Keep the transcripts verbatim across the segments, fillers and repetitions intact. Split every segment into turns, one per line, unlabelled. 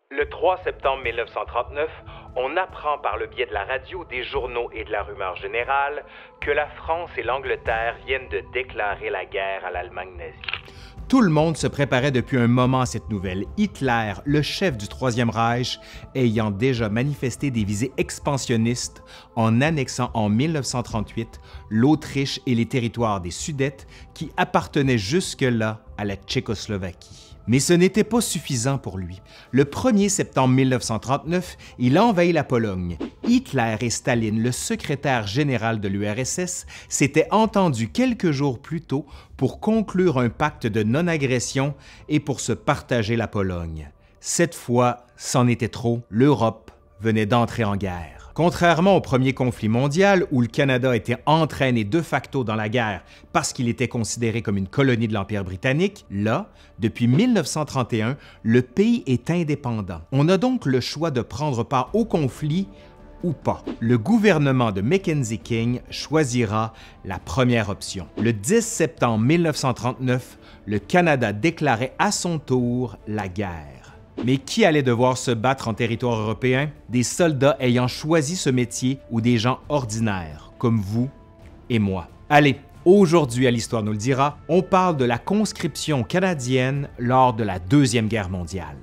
Le trois septembre mille neuf cent trente-neuf, on apprend par le biais de la radio, des journaux et de la rumeur générale que la France et l'Angleterre viennent de déclarer la guerre à l'Allemagne nazie.
Tout le monde se préparait depuis un moment à cette nouvelle, Hitler, le chef du Troisième Reich, ayant déjà manifesté des visées expansionnistes en annexant en mille neuf cent trente-huit l'Autriche et les territoires des Sudètes qui appartenaient jusque-là à la Tchécoslovaquie. Mais ce n'était pas suffisant pour lui. Le premier septembre mille neuf cent trente-neuf, il envahit la Pologne. Hitler et Staline, le secrétaire général de l'U R S S, s'étaient entendus quelques jours plus tôt pour conclure un pacte de non-agression et pour se partager la Pologne. Cette fois, c'en était trop, l'Europe venait d'entrer en guerre. Contrairement au premier conflit mondial, où le Canada était entraîné de facto dans la guerre parce qu'il était considéré comme une colonie de l'Empire britannique, là, depuis mille neuf cent trente et un, le pays est indépendant. On a donc le choix de prendre part au conflit ou pas. Le gouvernement de Mackenzie King choisira la première option. Le dix septembre mille neuf cent trente-neuf, le Canada déclarait à son tour la guerre. Mais qui allait devoir se battre en territoire européen? Des soldats ayant choisi ce métier ou des gens ordinaires, comme vous et moi? Allez, aujourd'hui à l'Histoire nous le dira, on parle de la conscription canadienne lors de la Deuxième Guerre mondiale.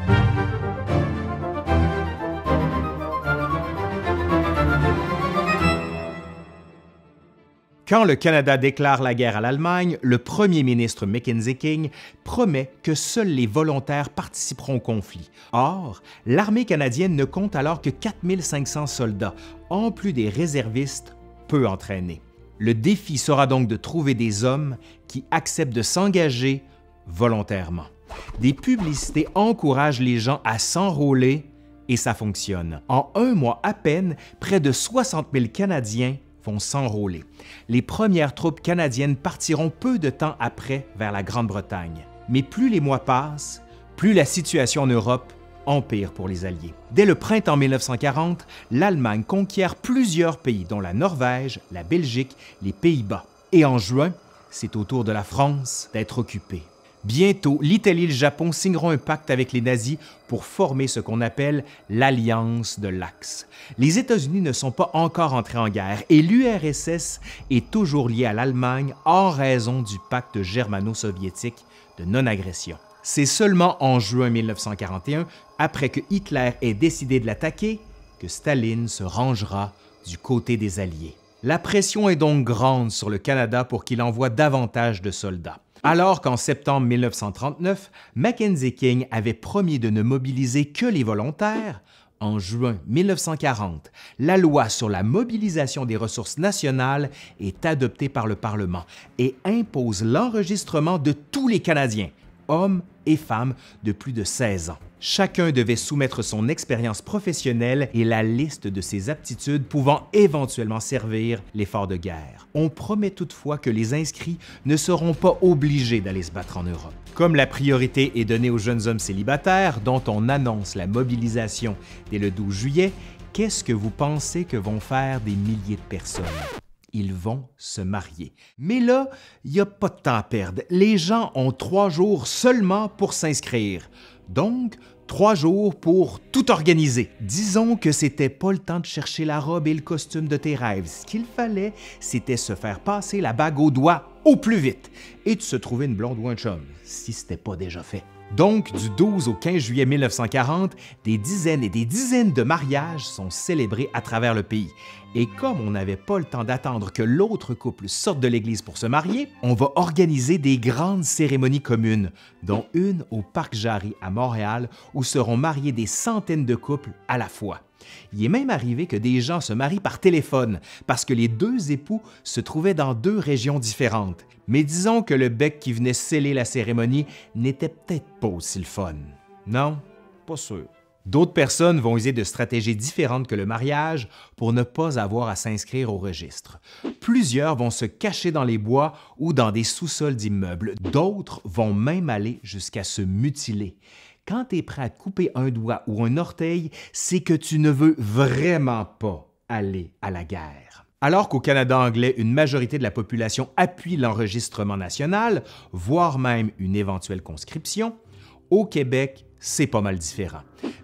Quand le Canada déclare la guerre à l'Allemagne, le premier ministre Mackenzie King promet que seuls les volontaires participeront au conflit. Or, l'armée canadienne ne compte alors que quatre mille cinq cents soldats, en plus des réservistes peu entraînés. Le défi sera donc de trouver des hommes qui acceptent de s'engager volontairement. Des publicités encouragent les gens à s'enrôler et ça fonctionne. En un mois à peine, près de soixante mille Canadiens vont s'enrôler. Les premières troupes canadiennes partiront peu de temps après vers la Grande-Bretagne. Mais plus les mois passent, plus la situation en Europe empire pour les Alliés. Dès le printemps mille neuf cent quarante, l'Allemagne conquiert plusieurs pays, dont la Norvège, la Belgique, les Pays-Bas. Et en juin, c'est au tour de la France d'être occupée. Bientôt, l'Italie et le Japon signeront un pacte avec les nazis pour former ce qu'on appelle l'Alliance de l'Axe. Les États-Unis ne sont pas encore entrés en guerre et l'U R S S est toujours lié à l'Allemagne en raison du pacte germano-soviétique de non-agression. C'est seulement en juin mille neuf cent quarante et un, après que Hitler ait décidé de l'attaquer, que Staline se rangera du côté des Alliés. La pression est donc grande sur le Canada pour qu'il envoie davantage de soldats. Alors qu'en septembre mille neuf cent trente-neuf, Mackenzie King avait promis de ne mobiliser que les volontaires, en juin mille neuf cent quarante, la loi sur la mobilisation des ressources nationales est adoptée par le Parlement et impose l'enregistrement de tous les Canadiens, hommes et femmes de plus de seize ans. Chacun devait soumettre son expérience professionnelle et la liste de ses aptitudes pouvant éventuellement servir l'effort de guerre. On promet toutefois que les inscrits ne seront pas obligés d'aller se battre en Europe. Comme la priorité est donnée aux jeunes hommes célibataires, dont on annonce la mobilisation dès le douze juillet, qu'est-ce que vous pensez que vont faire des milliers de personnes? Ils vont se marier. Mais là, il n'y a pas de temps à perdre. Les gens ont trois jours seulement pour s'inscrire. Donc, trois jours pour tout organiser. Disons que c'était pas le temps de chercher la robe et le costume de tes rêves. Ce qu'il fallait, c'était se faire passer la bague au doigt au plus vite et de se trouver une blonde ou un chum, si c'était pas déjà fait. Donc, du douze au quinze juillet mille neuf cent quarante, des dizaines et des dizaines de mariages sont célébrés à travers le pays. Et comme on n'avait pas le temps d'attendre que l'autre couple sorte de l'église pour se marier, on va organiser des grandes cérémonies communes, dont une au Parc Jarry à Montréal, où seront mariés des centaines de couples à la fois. Il est même arrivé que des gens se marient par téléphone, parce que les deux époux se trouvaient dans deux régions différentes. Mais disons que le bec qui venait sceller la cérémonie n'était peut-être pas aussi le fun. Non, pas sûr. D'autres personnes vont user de stratégies différentes que le mariage pour ne pas avoir à s'inscrire au registre. Plusieurs vont se cacher dans les bois ou dans des sous-sols d'immeubles. D'autres vont même aller jusqu'à se mutiler. Quand tu es prêt à te couper un doigt ou un orteil, c'est que tu ne veux vraiment pas aller à la guerre. Alors qu'au Canada anglais, une majorité de la population appuie l'enregistrement national, voire même une éventuelle conscription, au Québec, c'est pas mal différent.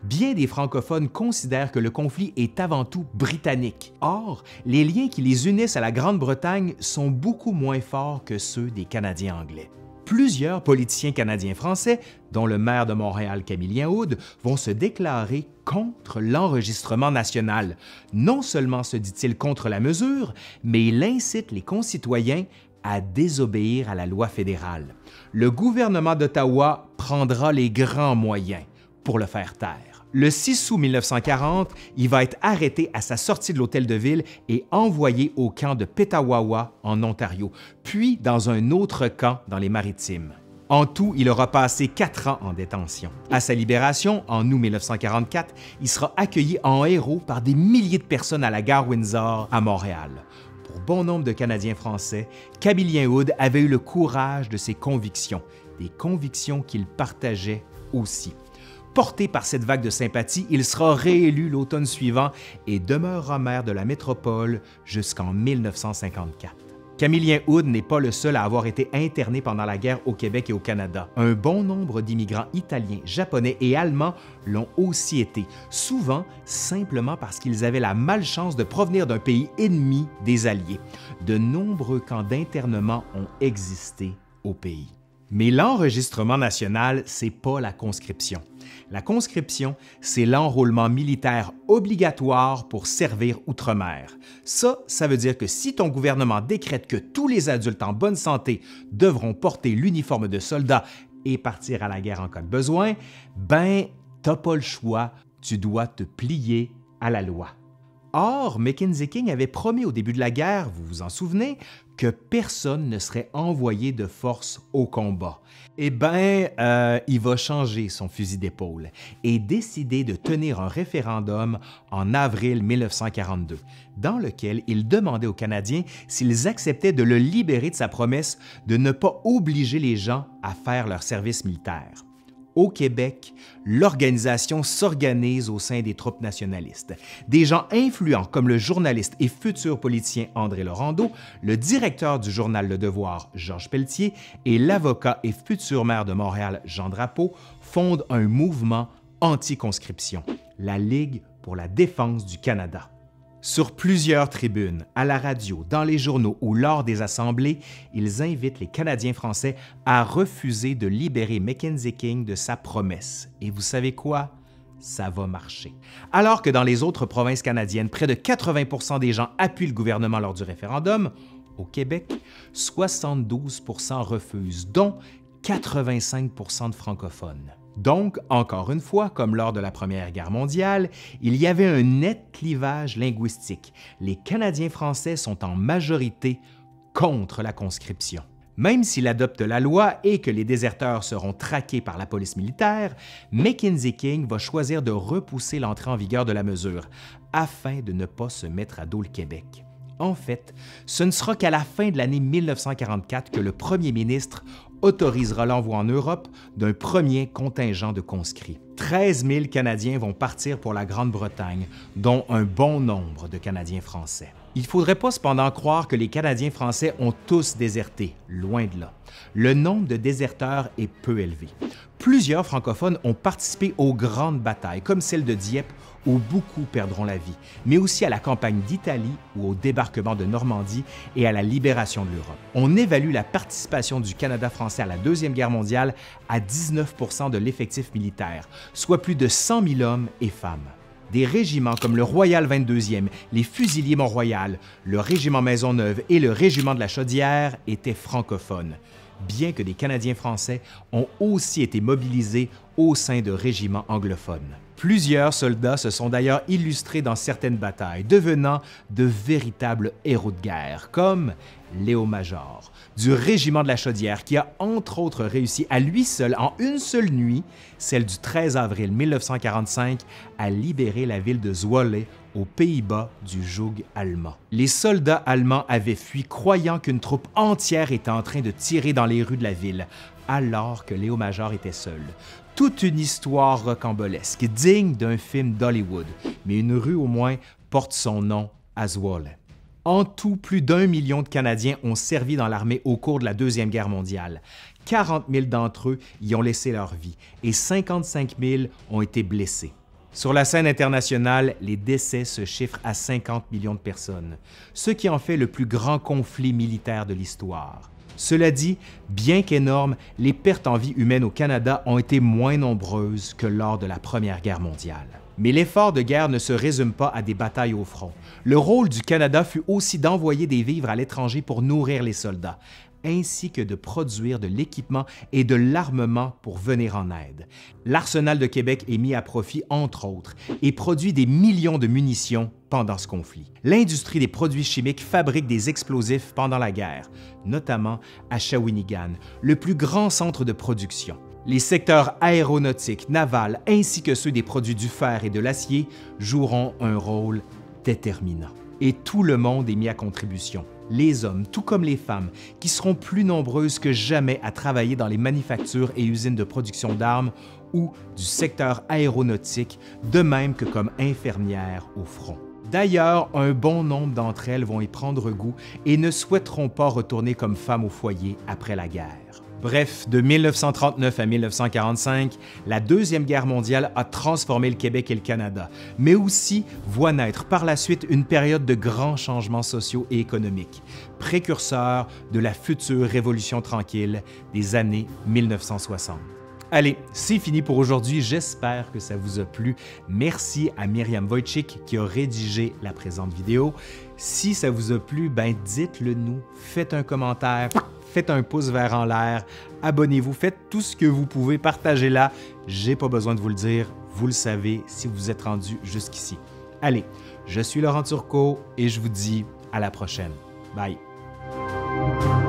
Bien des francophones considèrent que le conflit est avant tout britannique. Or, les liens qui les unissent à la Grande-Bretagne sont beaucoup moins forts que ceux des Canadiens anglais. Plusieurs politiciens canadiens-français, dont le maire de Montréal, Camillien Houde, vont se déclarer contre l'enregistrement national. Non seulement se dit-il contre la mesure, mais il incite les concitoyens à désobéir à la loi fédérale. Le gouvernement d'Ottawa prendra les grands moyens pour le faire taire. Le six août mille neuf cent quarante, il va être arrêté à sa sortie de l'hôtel de ville et envoyé au camp de Petawawa, en Ontario, puis dans un autre camp dans les Maritimes. En tout, il aura passé quatre ans en détention. À sa libération, en août mille neuf cent quarante-quatre, il sera accueilli en héros par des milliers de personnes à la gare Windsor à Montréal. Pour bon nombre de Canadiens français, Camillien Houde avait eu le courage de ses convictions, des convictions qu'il partageait aussi. Porté par cette vague de sympathie, il sera réélu l'automne suivant et demeurera maire de la métropole jusqu'en mille neuf cent cinquante-quatre. Camillien Houde n'est pas le seul à avoir été interné pendant la guerre au Québec et au Canada. Un bon nombre d'immigrants italiens, japonais et allemands l'ont aussi été, souvent simplement parce qu'ils avaient la malchance de provenir d'un pays ennemi des Alliés. De nombreux camps d'internement ont existé au pays. Mais l'enregistrement national, c'est pas la conscription. La conscription, c'est l'enrôlement militaire obligatoire pour servir outre-mer. Ça, ça veut dire que si ton gouvernement décrète que tous les adultes en bonne santé devront porter l'uniforme de soldat et partir à la guerre en cas de besoin, ben, t'as pas le choix, tu dois te plier à la loi. Or, Mackenzie King avait promis au début de la guerre, vous vous en souvenez, que personne ne serait envoyé de force au combat. Eh bien, euh, il va changer son fusil d'épaule et décider de tenir un référendum en avril mille neuf cent quarante-deux, dans lequel il demandait aux Canadiens s'ils acceptaient de le libérer de sa promesse de ne pas obliger les gens à faire leur service militaire. Au Québec, l'organisation s'organise au sein des troupes nationalistes. Des gens influents comme le journaliste et futur politicien André Laurendeau, le directeur du journal Le Devoir, Georges Pelletier, et l'avocat et futur maire de Montréal, Jean Drapeau, fondent un mouvement anti-conscription, la Ligue pour la défense du Canada. Sur plusieurs tribunes, à la radio, dans les journaux ou lors des assemblées, ils invitent les Canadiens français à refuser de libérer Mackenzie King de sa promesse. Et vous savez quoi? Ça va marcher. Alors que dans les autres provinces canadiennes, près de quatre-vingts pour cent des gens appuient le gouvernement lors du référendum, au Québec, soixante-douze pour cent refusent, dont quatre-vingt-cinq pour cent de francophones. Donc, encore une fois, comme lors de la Première Guerre mondiale, il y avait un net clivage linguistique. Les Canadiens français sont en majorité contre la conscription. Même s'il adopte la loi et que les déserteurs seront traqués par la police militaire, Mackenzie King va choisir de repousser l'entrée en vigueur de la mesure afin de ne pas se mettre à dos le Québec. En fait, ce ne sera qu'à la fin de l'année mille neuf cent quarante-quatre que le premier ministre autorisera l'envoi en Europe d'un premier contingent de conscrits. treize mille Canadiens vont partir pour la Grande-Bretagne, dont un bon nombre de Canadiens français. Il ne faudrait pas cependant croire que les Canadiens français ont tous déserté, loin de là. Le nombre de déserteurs est peu élevé. Plusieurs francophones ont participé aux grandes batailles, comme celle de Dieppe, où beaucoup perdront la vie, mais aussi à la campagne d'Italie ou au débarquement de Normandie et à la libération de l'Europe. On évalue la participation du Canada français à la Deuxième Guerre mondiale à dix-neuf pour cent de l'effectif militaire, soit plus de cent mille hommes et femmes. Des régiments comme le Royal vingt-deuxième, les Fusiliers Mont-Royal, le Régiment Maisonneuve et le Régiment de la Chaudière étaient francophones, bien que des Canadiens français ont aussi été mobilisés au sein de régiments anglophones. Plusieurs soldats se sont d'ailleurs illustrés dans certaines batailles, devenant de véritables héros de guerre, comme Léo Major, du Régiment de la Chaudière, qui a entre autres réussi à lui seul, en une seule nuit, celle du treize avril mille neuf cent quarante-cinq, à libérer la ville de Zwolle, aux Pays-Bas du joug allemand. Les soldats allemands avaient fui, croyant qu'une troupe entière était en train de tirer dans les rues de la ville, alors que Léo Major était seul. Toute une histoire rocambolesque, digne d'un film d'Hollywood, mais une rue au moins porte son nom à Zwolle. En tout, plus d'un million de Canadiens ont servi dans l'armée au cours de la Deuxième Guerre mondiale. quarante mille d'entre eux y ont laissé leur vie et cinquante-cinq mille ont été blessés. Sur la scène internationale, les décès se chiffrent à cinquante millions de personnes, ce qui en fait le plus grand conflit militaire de l'histoire. Cela dit, bien qu'énormes, les pertes en vie humaine au Canada ont été moins nombreuses que lors de la Première Guerre mondiale. Mais l'effort de guerre ne se résume pas à des batailles au front. Le rôle du Canada fut aussi d'envoyer des vivres à l'étranger pour nourrir les soldats, ainsi que de produire de l'équipement et de l'armement pour venir en aide. L'Arsenal de Québec est mis à profit, entre autres, et produit des millions de munitions pendant ce conflit. L'industrie des produits chimiques fabrique des explosifs pendant la guerre, notamment à Shawinigan, le plus grand centre de production. Les secteurs aéronautiques, navals, ainsi que ceux des produits du fer et de l'acier joueront un rôle déterminant. Et tout le monde est mis à contribution. Les hommes, tout comme les femmes, qui seront plus nombreuses que jamais à travailler dans les manufactures et usines de production d'armes ou du secteur aéronautique, de même que comme infirmières au front. D'ailleurs, un bon nombre d'entre elles vont y prendre goût et ne souhaiteront pas retourner comme femmes au foyer après la guerre. Bref, de mille neuf cent trente-neuf à mille neuf cent quarante-cinq, la Deuxième Guerre mondiale a transformé le Québec et le Canada, mais aussi voit naître par la suite une période de grands changements sociaux et économiques, précurseur de la future Révolution tranquille des années mille neuf cent soixante. Allez, c'est fini pour aujourd'hui, j'espère que ça vous a plu. Merci à Myriam Wojcik qui a rédigé la présente vidéo. Si ça vous a plu, ben dites-le nous, faites un commentaire, faites un pouce vers en l'air, abonnez-vous, faites tout ce que vous pouvez, partagez-la. J'ai pas besoin de vous le dire, vous le savez si vous êtes rendu jusqu'ici. Allez, je suis Laurent Turcot et je vous dis à la prochaine. Bye!